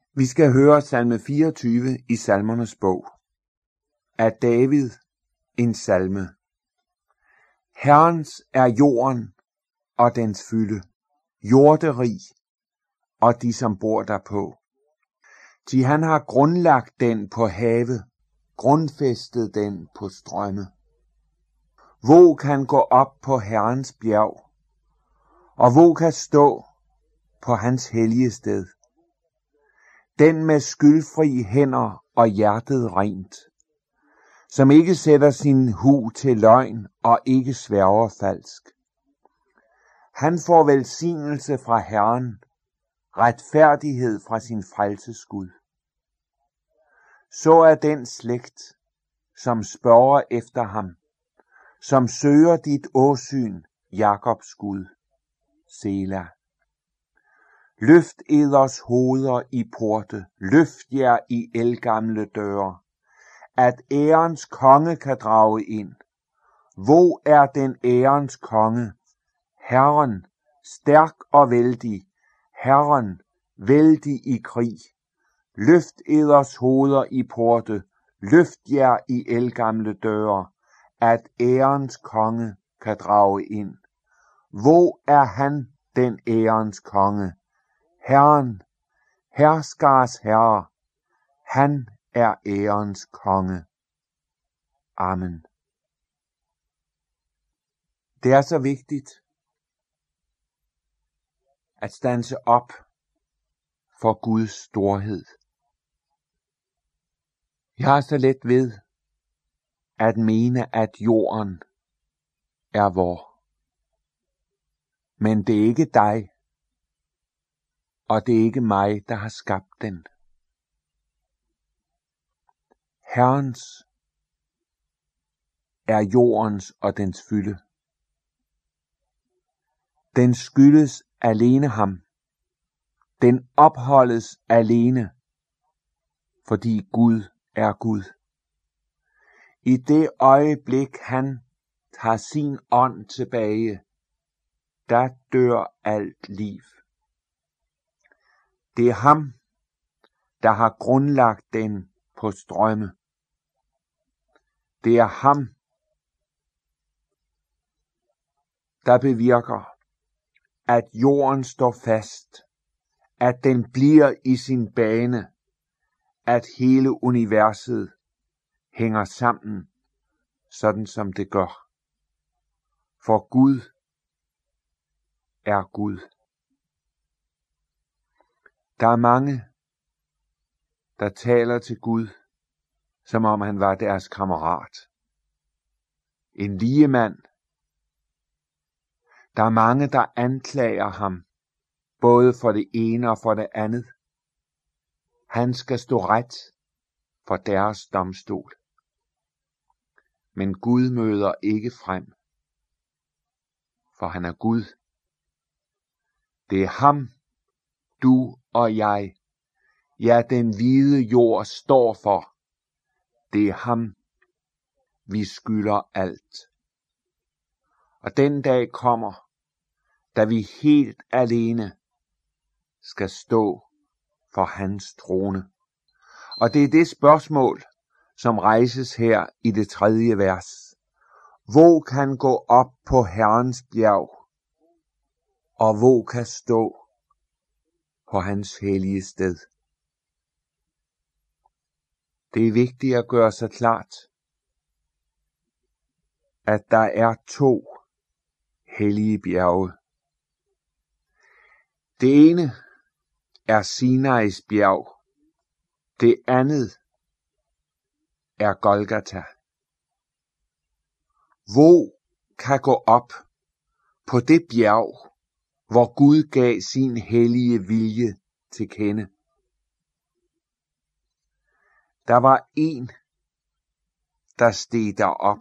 Vi skal høre salme 24 i salmernes bog. Af David, en salme. Herrens er jorden og dens fylde, jorderig og de, som bor derpå. Til han har grundlagt den på havet, grundfæstet den på strømme. Hvor kan gå op på Herrens bjerg, og hvor kan stå på hans hellige sted? Den med skyldfri hænder og hjertet rent, som ikke sætter sin hu til løgn og ikke sværger falsk. Han får velsignelse fra Herren, retfærdighed fra sin frelses Gud. Så er den slægt, som spørger efter ham, som søger dit åsyn, Jakobs Gud. Selah. Løft eders hoveder i porte, løft jer i ældgamle døre, at ærens konge kan drage ind. Hvor er den ærens konge? Herren, stærk og vældig, Herren, vældig i krig. Løft eders hoveder i porte, løft jer i ældgamle døre, at ærens konge kan drage ind. Hvor er han, den ærens konge? Herren, herskars herre, han er ærens konge. Amen. Det er så vigtigt at standse op for Guds storhed. Jeg har så let ved at mene, at jorden er vor. Men det er ikke dig, og det er ikke mig, der har skabt den. Herrens er jordens og dens fylde. Den skyldes alene ham. Den opholdes alene, fordi Gud er Gud. I det øjeblik han tager sin ånd tilbage, der dør alt liv. Det er ham, der har grundlagt den på strømme. Det er ham, der bevirker, at jorden står fast, at den bliver i sin bane, at hele universet hænger sammen, sådan som det gør. For Gud er Gud. Der er mange, der taler til Gud, som om han var deres kammerat. En ligemand. Der er mange, der anklager ham, både for det ene og for det andet. Han skal stå ret for deres domstol. Men Gud møder ikke frem, for han er Gud. Det er ham, du og jeg, ja, den hvide jord står for. Det er ham, vi skylder alt. Og den dag kommer, da vi helt alene skal stå for hans trone. Og det er det spørgsmål, som rejses her i det 3. vers. Hvor kan gå op på Herrens bjerg, og hvor kan stå på hans hellige sted? Det er vigtigt at gøre sig klart, at der er 2 hellige bjerge. Det ene er Sinais bjerg. Det andet er Golgata. Hvor kan gå op på det bjerg, hvor Gud gav sin hellige vilje til kende? Der var en, der steg derop.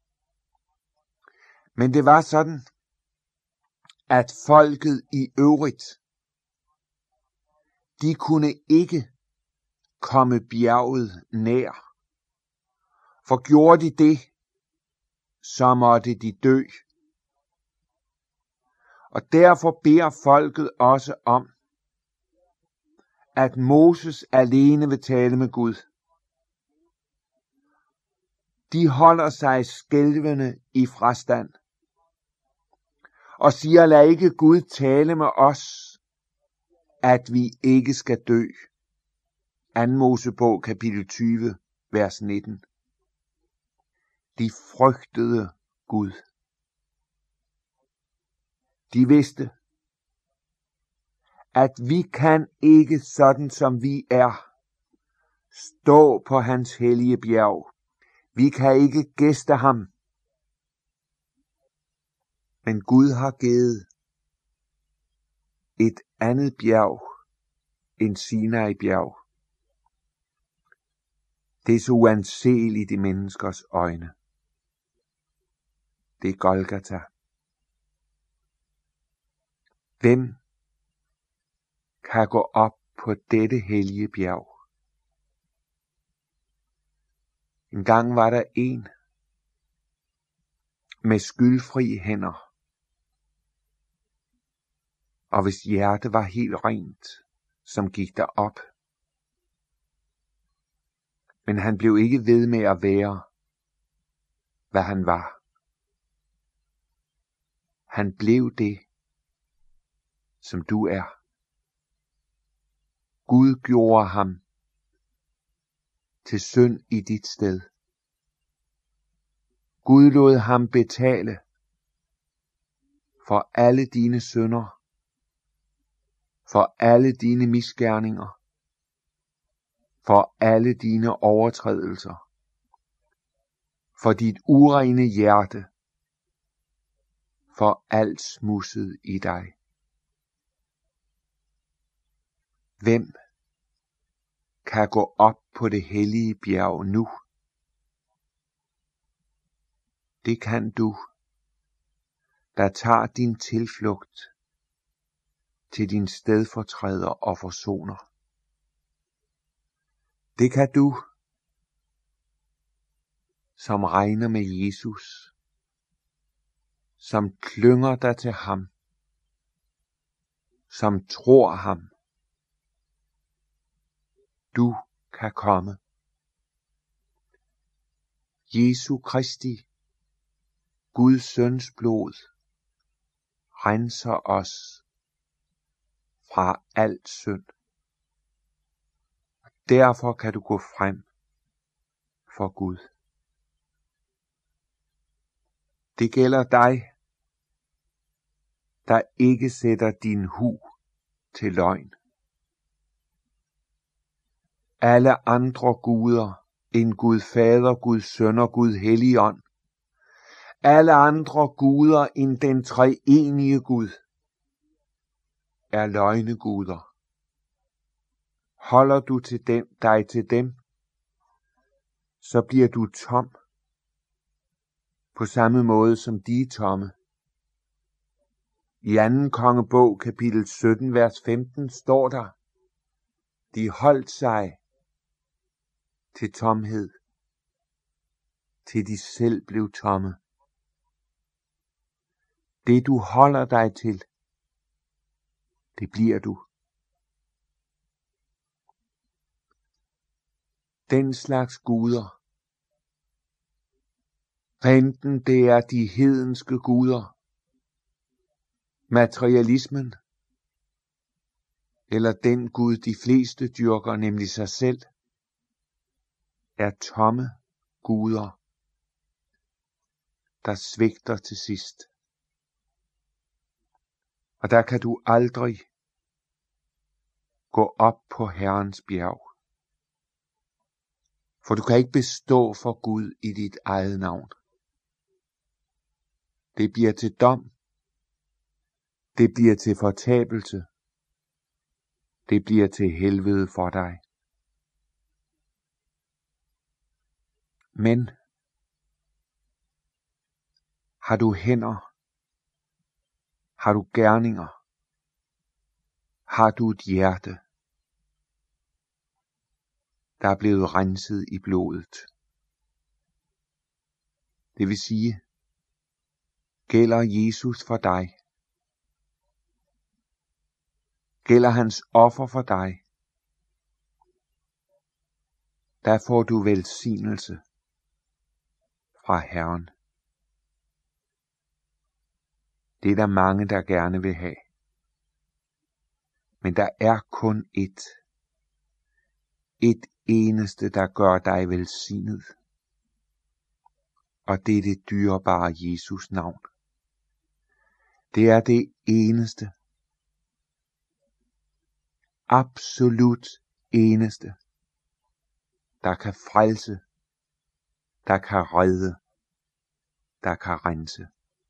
Men det var sådan, at folket i øvrigt, de kunne ikke komme bjerget nær. For gjorde de det, så måtte de dø. Og derfor beder folket også om, at Moses alene vil tale med Gud. De holder sig skælvende i frastand og siger, lad ikke Gud tale med os, at vi ikke skal dø. 2. Mosebog kapitel 20, vers 19. De frygtede Gud. De vidste, at vi kan ikke sådan som vi er, stå på hans hellige bjerg. Vi kan ikke gæste ham. Men Gud har givet et andet bjerg end Sinai bjerg. Det er så uanseligt i menneskers øjne. Det er Golgata. Hvem kan gå op på dette hellige bjerg? En gang var der en med skyldfri hænder, og hvis hjerte var helt rent, som gik derop. Men han blev ikke ved med at være, hvad han var. Han blev det, som du er. Gud gjorde ham til synd i dit sted. Gud lod ham betale for alle dine synder, for alle dine misgerninger, for alle dine overtrædelser, for dit urene hjerte, for alt smudset i dig. Hvem kan gå op på det hellige bjerg nu? Det kan du, der tager din tilflugt til din stedfortræder og forsoner. Det kan du, som regner med Jesus, som klynger dig til ham, som tror ham. Du kan komme. Jesu Kristi, Guds søns blod, renser os fra alt synd. Derfor kan du gå frem for Gud. Det gælder dig, der ikke sætter din hu til løgn. Alle andre guder end Gud Fader, Gud Søn og Gud Helligånd, alle andre guder end den treenige Gud, er løgneguder. Holder du dig til dem, så bliver du tom, på samme måde som de er tomme. I 2. kongebog kapitel 17, vers 15 står der, de holdt sig til tomhed, til de selv blev tomme. Det du holder dig til, det bliver du. Den slags guder, enten det er de hedenske guder, materialismen, eller den Gud de fleste dyrker, nemlig sig selv, er tomme guder, der svigter til sidst. Og der kan du aldrig gå op på Herrens bjerg. For du kan ikke bestå for Gud i dit eget navn. Det bliver til dom. Det bliver til fortabelse. Det bliver til helvede for dig. Men har du hænder? Har du gerninger? Har du et hjerte, der er blevet renset i blodet? Det vil sige, gælder Jesus for dig? Gælder hans offer for dig? der får du velsignelse fra Herren. Det er der mange, der gerne vil have. Men der er kun et eneste, der gør dig velsignet. Og det er det dyrebare Jesus navn. Det er det eneste, absolut eneste, der kan frelse, der kan redde, der kan rense.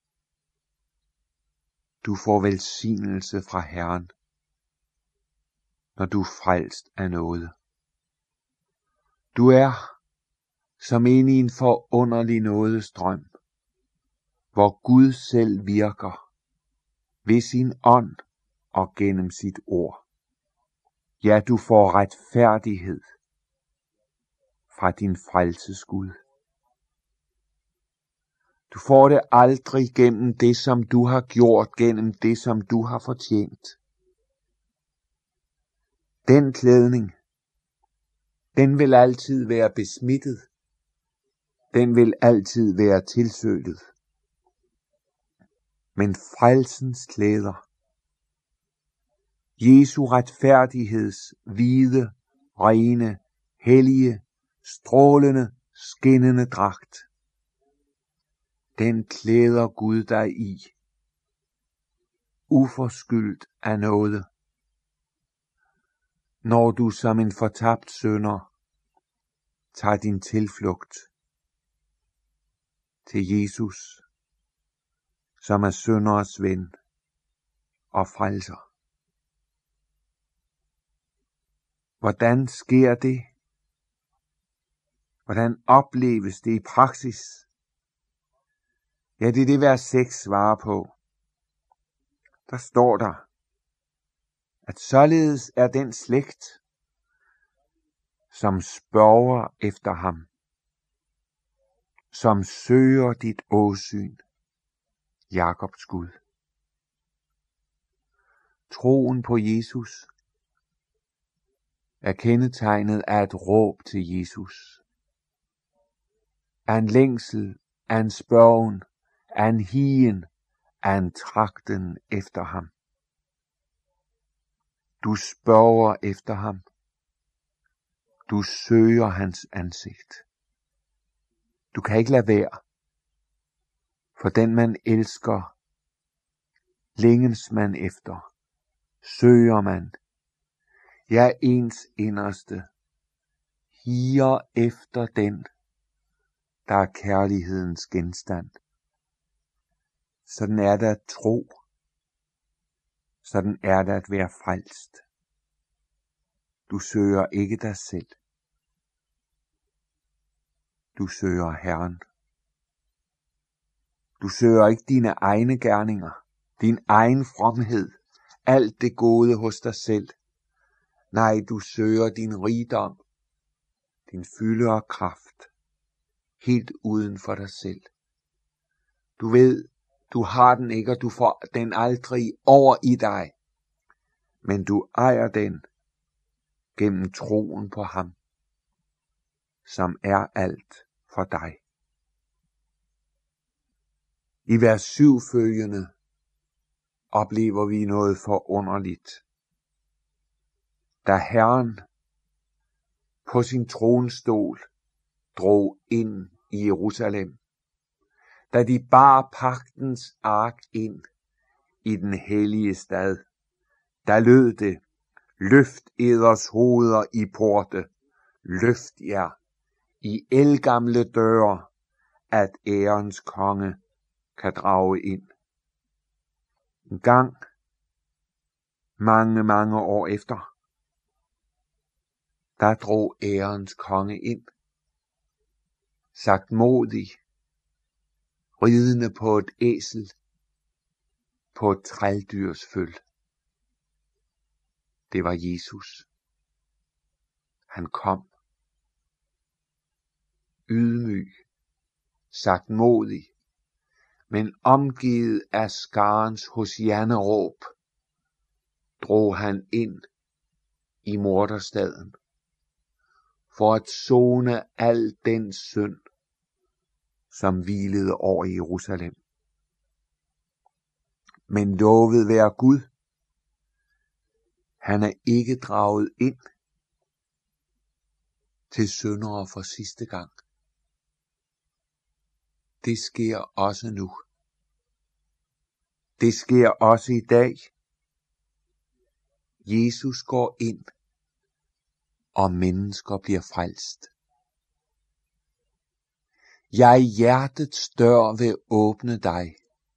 Du får velsignelse fra Herren, når du er frelst af noget. Du er som inde i en forunderlig nådestrøm, hvor Gud selv virker ved sin ånd og gennem sit ord. Ja, du får retfærdighed fra din frelses Gud. Du får det aldrig gennem det, som du har gjort, gennem det, som du har fortjent. Den klædning, den vil altid være besmittet. Den vil altid være tilsølet. Men frelsens klæder, Jesu retfærdigheds hvide, rene, hellige, strålende, skinnende dragt, den klæder Gud dig i, uforskyldt af noget, når du som en fortabt synder tager din tilflugt til Jesus, som er synderes ven og frelser. Hvordan sker det? Hvordan opleves det i praksis? Ja, det er det, vers 6 svarer på. Der står der, at således er den slægt, som spørger efter ham, som søger dit åsyn, Jakobs Gud. Troen på Jesus er kendetegnet af et råb til Jesus, af en længsel, af en spørgen, af en higen, af en tragten efter ham. Du spørger efter ham. Du søger hans ansigt. Du kan ikke lade være, for den man elsker, længes man efter, søger man. Ja, ens inderste higer efter den, der er kærlighedens genstand. Sådan er det at tro. Sådan er det at være frelst. Du søger ikke dig selv. Du søger Herren. Du søger ikke dine egne gerninger, din egen fromhed, alt det gode hos dig selv. Nej, du søger din rigdom, din fylde og kraft, helt uden for dig selv. Du ved, du har den ikke, og du får den aldrig over i dig, men du ejer den gennem troen på ham, som er alt for dig. I vers 7 følgende oplever vi noget forunderligt. Da Herren på sin tronstol drog ind i Jerusalem, da de bar pagtens ark ind i den hellige stad, der lød det, løft eders hoveder i porte, løft jer i ældgamle døre, at ærens konge kan drage ind. En gang, mange år efter, der drog ærens konge ind, sagtmodig, ridende på et æsel, på et trældyrs føl. Det var Jesus. Han kom, ydmyg, sagtmodig, men omgivet af skarens hosianneråb, drog han ind i morderstaden, for at sone al den synd, som hvilede over Jerusalem. Men lovet være Gud, han er ikke draget ind til syndere for sidste gang. Det sker også nu. Det sker også i dag. Jesus går ind, og mennesker bliver frelst. Jeg hjertets dør vil åbne dig.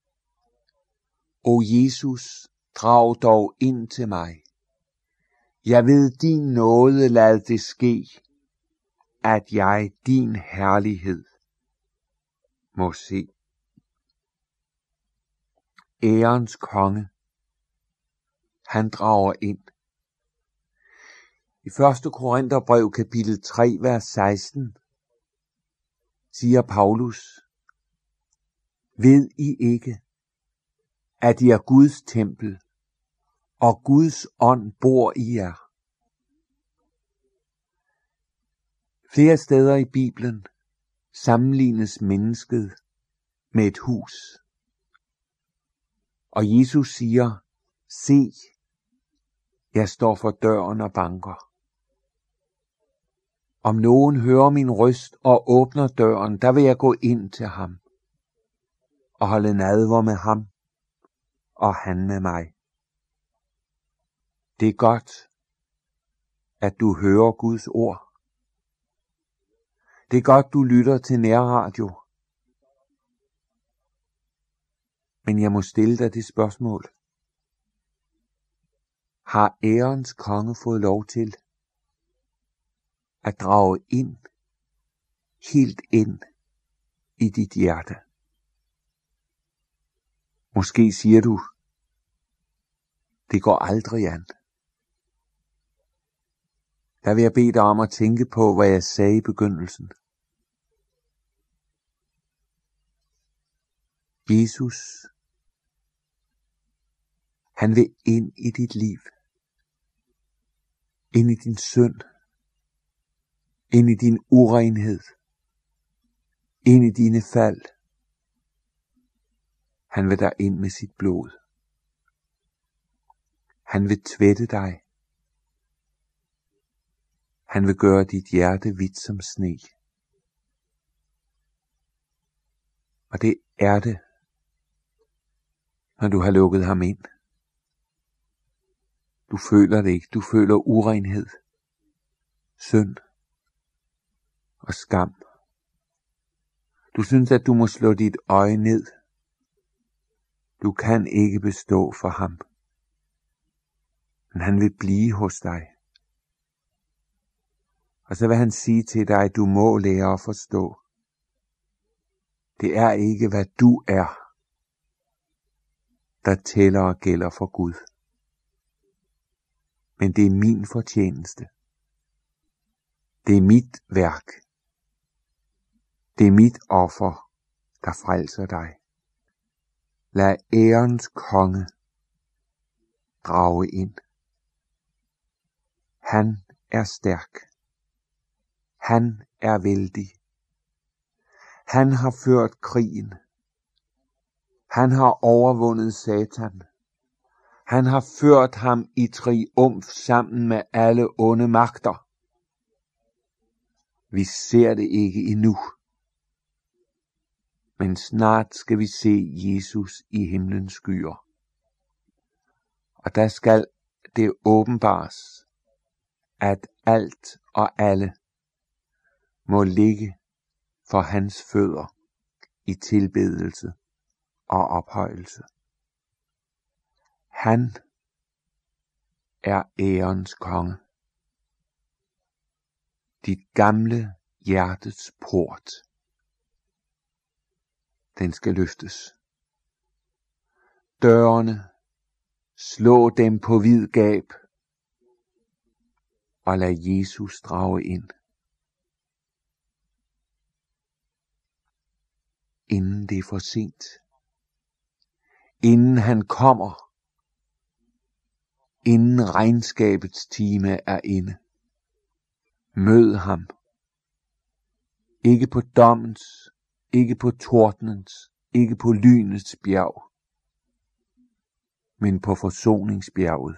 O Jesus, drag dog ind til mig. Jeg ved din nåde lad det ske, at jeg din herlighed må se. Ærens konge, han drager ind. I 1. Korintherbrev kapitel 3, vers 16, siger Paulus, ved I ikke, at I er Guds tempel, og Guds ånd bor i jer? Flere steder i Bibelen sammenlignes mennesket med et hus. Og Jesus siger, se, jeg står for døren og banker. Om nogen hører min røst og åbner døren, der vil jeg gå ind til ham og holde nadver med ham og han med mig. Det er godt, at du hører Guds ord. Det er godt, du lytter til nærradio. Men jeg må stille dig det spørgsmål. Har ærens konge fået lov til at drage ind, helt ind i dit hjerte? Måske siger du, det går aldrig an. Der vil jeg bede dig om at tænke på, hvad jeg sagde i begyndelsen. Jesus, han vil ind i dit liv, ind i din synd, ind i din urenhed, ind i dine fald. Han vil der ind med sit blod. Han vil tvætte dig. Han vil gøre dit hjerte hvidt som sne. Og det er det, når du har lukket ham ind. Du føler det ikke. Du føler urenhed, synd og skam. Du synes, at du må slå dit øje ned. Du kan ikke bestå for ham. Men han vil blive hos dig. Og så vil han sige til dig, at du må lære at forstå. Det er ikke, hvad du er, der tæller og gælder for Gud. Men det er min fortjeneste. Det er mit værk. Det er mit offer, der frelser dig. Lad ærens konge drage ind. Han er stærk. Han er vældig. Han har ført krigen. Han har overvundet Satan. Han har ført ham i triumf sammen med alle onde magter. Vi ser det ikke endnu. Men snart skal vi se Jesus i himlens skyer. Og der skal det åbenbares, at alt og alle må ligge for hans fødder i tilbedelse og ophøjelse. Han er ærens konge. Dit gamle hjertets port, den skal løftes. Dørene, slå dem på vid gab, og lad Jesus drage ind. Inden det er for sent. Inden han kommer. Inden regnskabets time er inde. Mød ham. Ikke på dommens, ikke på tordenens, ikke på lynets bjerg, men på forsoningsbjerget.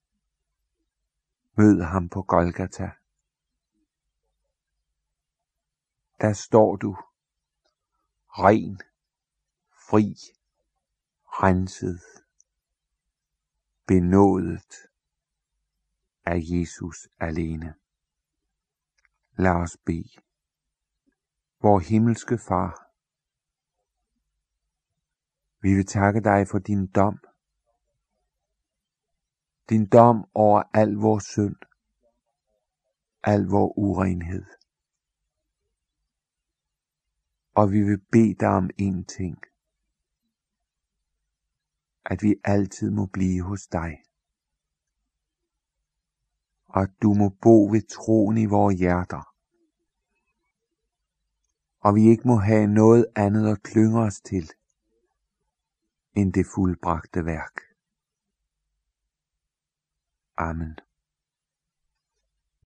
Mød ham på Golgata. Der står du, ren, fri, renset, benådet af Jesus alene. Lad os bede. Vor himmelske Far, vi vil takke dig for din dom. Din dom over al vores synd, al vor urenhed. Og vi vil bede dig om en ting. At vi altid må blive hos dig. Og at du må bo ved troen i vores hjerter. Og vi ikke må have noget andet at klynge os til, end det fuldbragte værk. Amen.